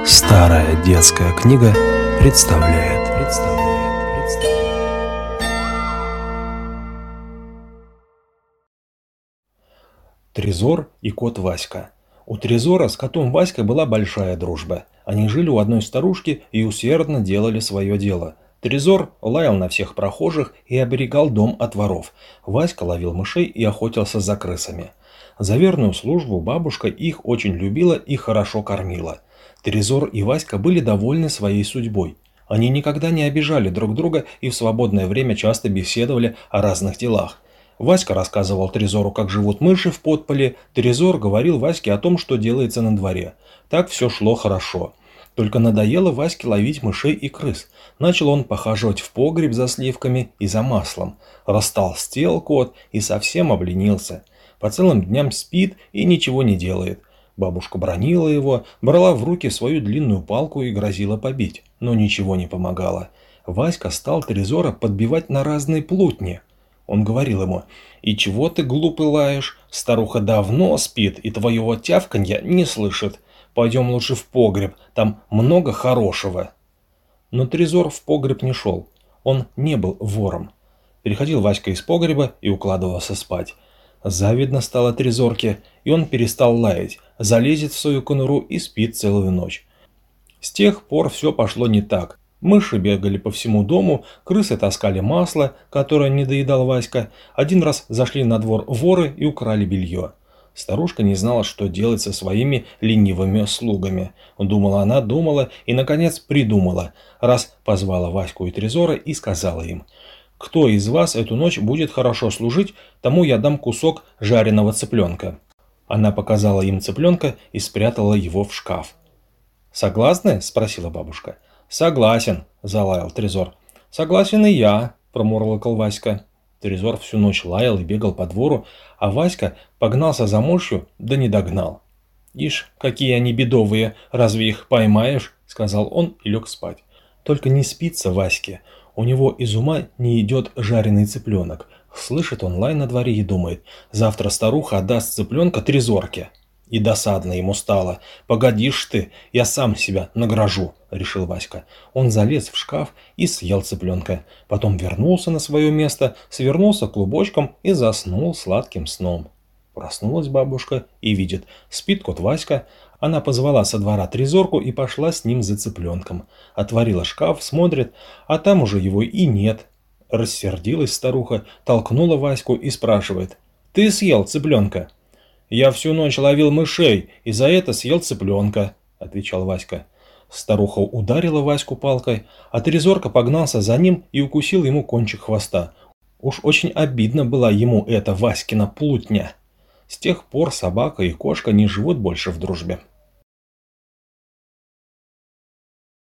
Старая детская книга представляет. Трезор и кот Васька. У Трезора с котом Васькой была большая дружба. Они жили у одной старушки и усердно делали свое дело. Трезор лаял на всех прохожих и оберегал дом от воров. Васька ловил мышей и охотился за крысами. За верную службу бабушка их очень любила и хорошо кормила. Трезор и Васька были довольны своей судьбой. Они никогда не обижали друг друга и в свободное время часто беседовали о разных делах. Васька рассказывал Трезору, как живут мыши в подполе, Трезор говорил Ваське о том, что делается на дворе. Так все шло хорошо. Только надоело Ваське ловить мышей и крыс. Начал он похаживать в погреб за сливками и за маслом. Растолстел кот и совсем обленился. По целым дням спит и ничего не делает. Бабушка бранила его, брала в руки свою длинную палку и грозила побить, но ничего не помогало. Васька стал Трезора подбивать на разные плутни. Он говорил ему: «И чего ты глупый лаешь? Старуха давно спит и твоего тявканья не слышит. Пойдем лучше в погреб, там много хорошего». Но Трезор в погреб не шел. Он не был вором. Переходил Васька из погреба и укладывался спать. Завидно стало Трезорке, и он перестал лаять, залезет в свою конуру и спит целую ночь. С тех пор все пошло не так. Мыши бегали по всему дому, крысы таскали масло, которое не доедал Васька. Один раз зашли на двор воры и украли белье. Старушка не знала, что делать со своими ленивыми слугами. Думала и, наконец, придумала. Раз позвала Ваську и Трезора и сказала им: «Кто из вас эту ночь будет хорошо служить, тому я дам кусок жареного цыпленка». Она показала им цыпленка и спрятала его в шкаф. «Согласны?» – спросила бабушка. «Согласен», – залаял Трезор. «Согласен и я», – промурлыкал Васька. Трезор всю ночь лаял и бегал по двору, а Васька погнался за мышью, да не догнал. «Ишь, какие они бедовые, разве их поймаешь?» – сказал он и лег спать. Только не спится Ваське. У него из ума не идет жареный цыпленок. Слышит он лай на дворе и думает: завтра старуха отдаст цыпленка Трезорке. И досадно ему стало. «Погодишь ты, я сам себя награжу», — решил Васька. Он залез в шкаф и съел цыпленка. Потом вернулся на свое место, свернулся клубочком и заснул сладким сном. Проснулась бабушка и видит: спит кот Васька. Она позвала со двора Трезорку и пошла с ним за цыпленком. Отворила шкаф, смотрит, а там уже его и нет. Рассердилась старуха, толкнула Ваську и спрашивает: «Ты съел цыпленка?» «Я всю ночь ловил мышей и за это съел цыпленка», — отвечал Васька. Старуха ударила Ваську палкой, а Трезорка погнался за ним и укусил ему кончик хвоста. Уж очень обидно была ему эта Васькина плутня. С тех пор собака и кошка не живут больше в дружбе.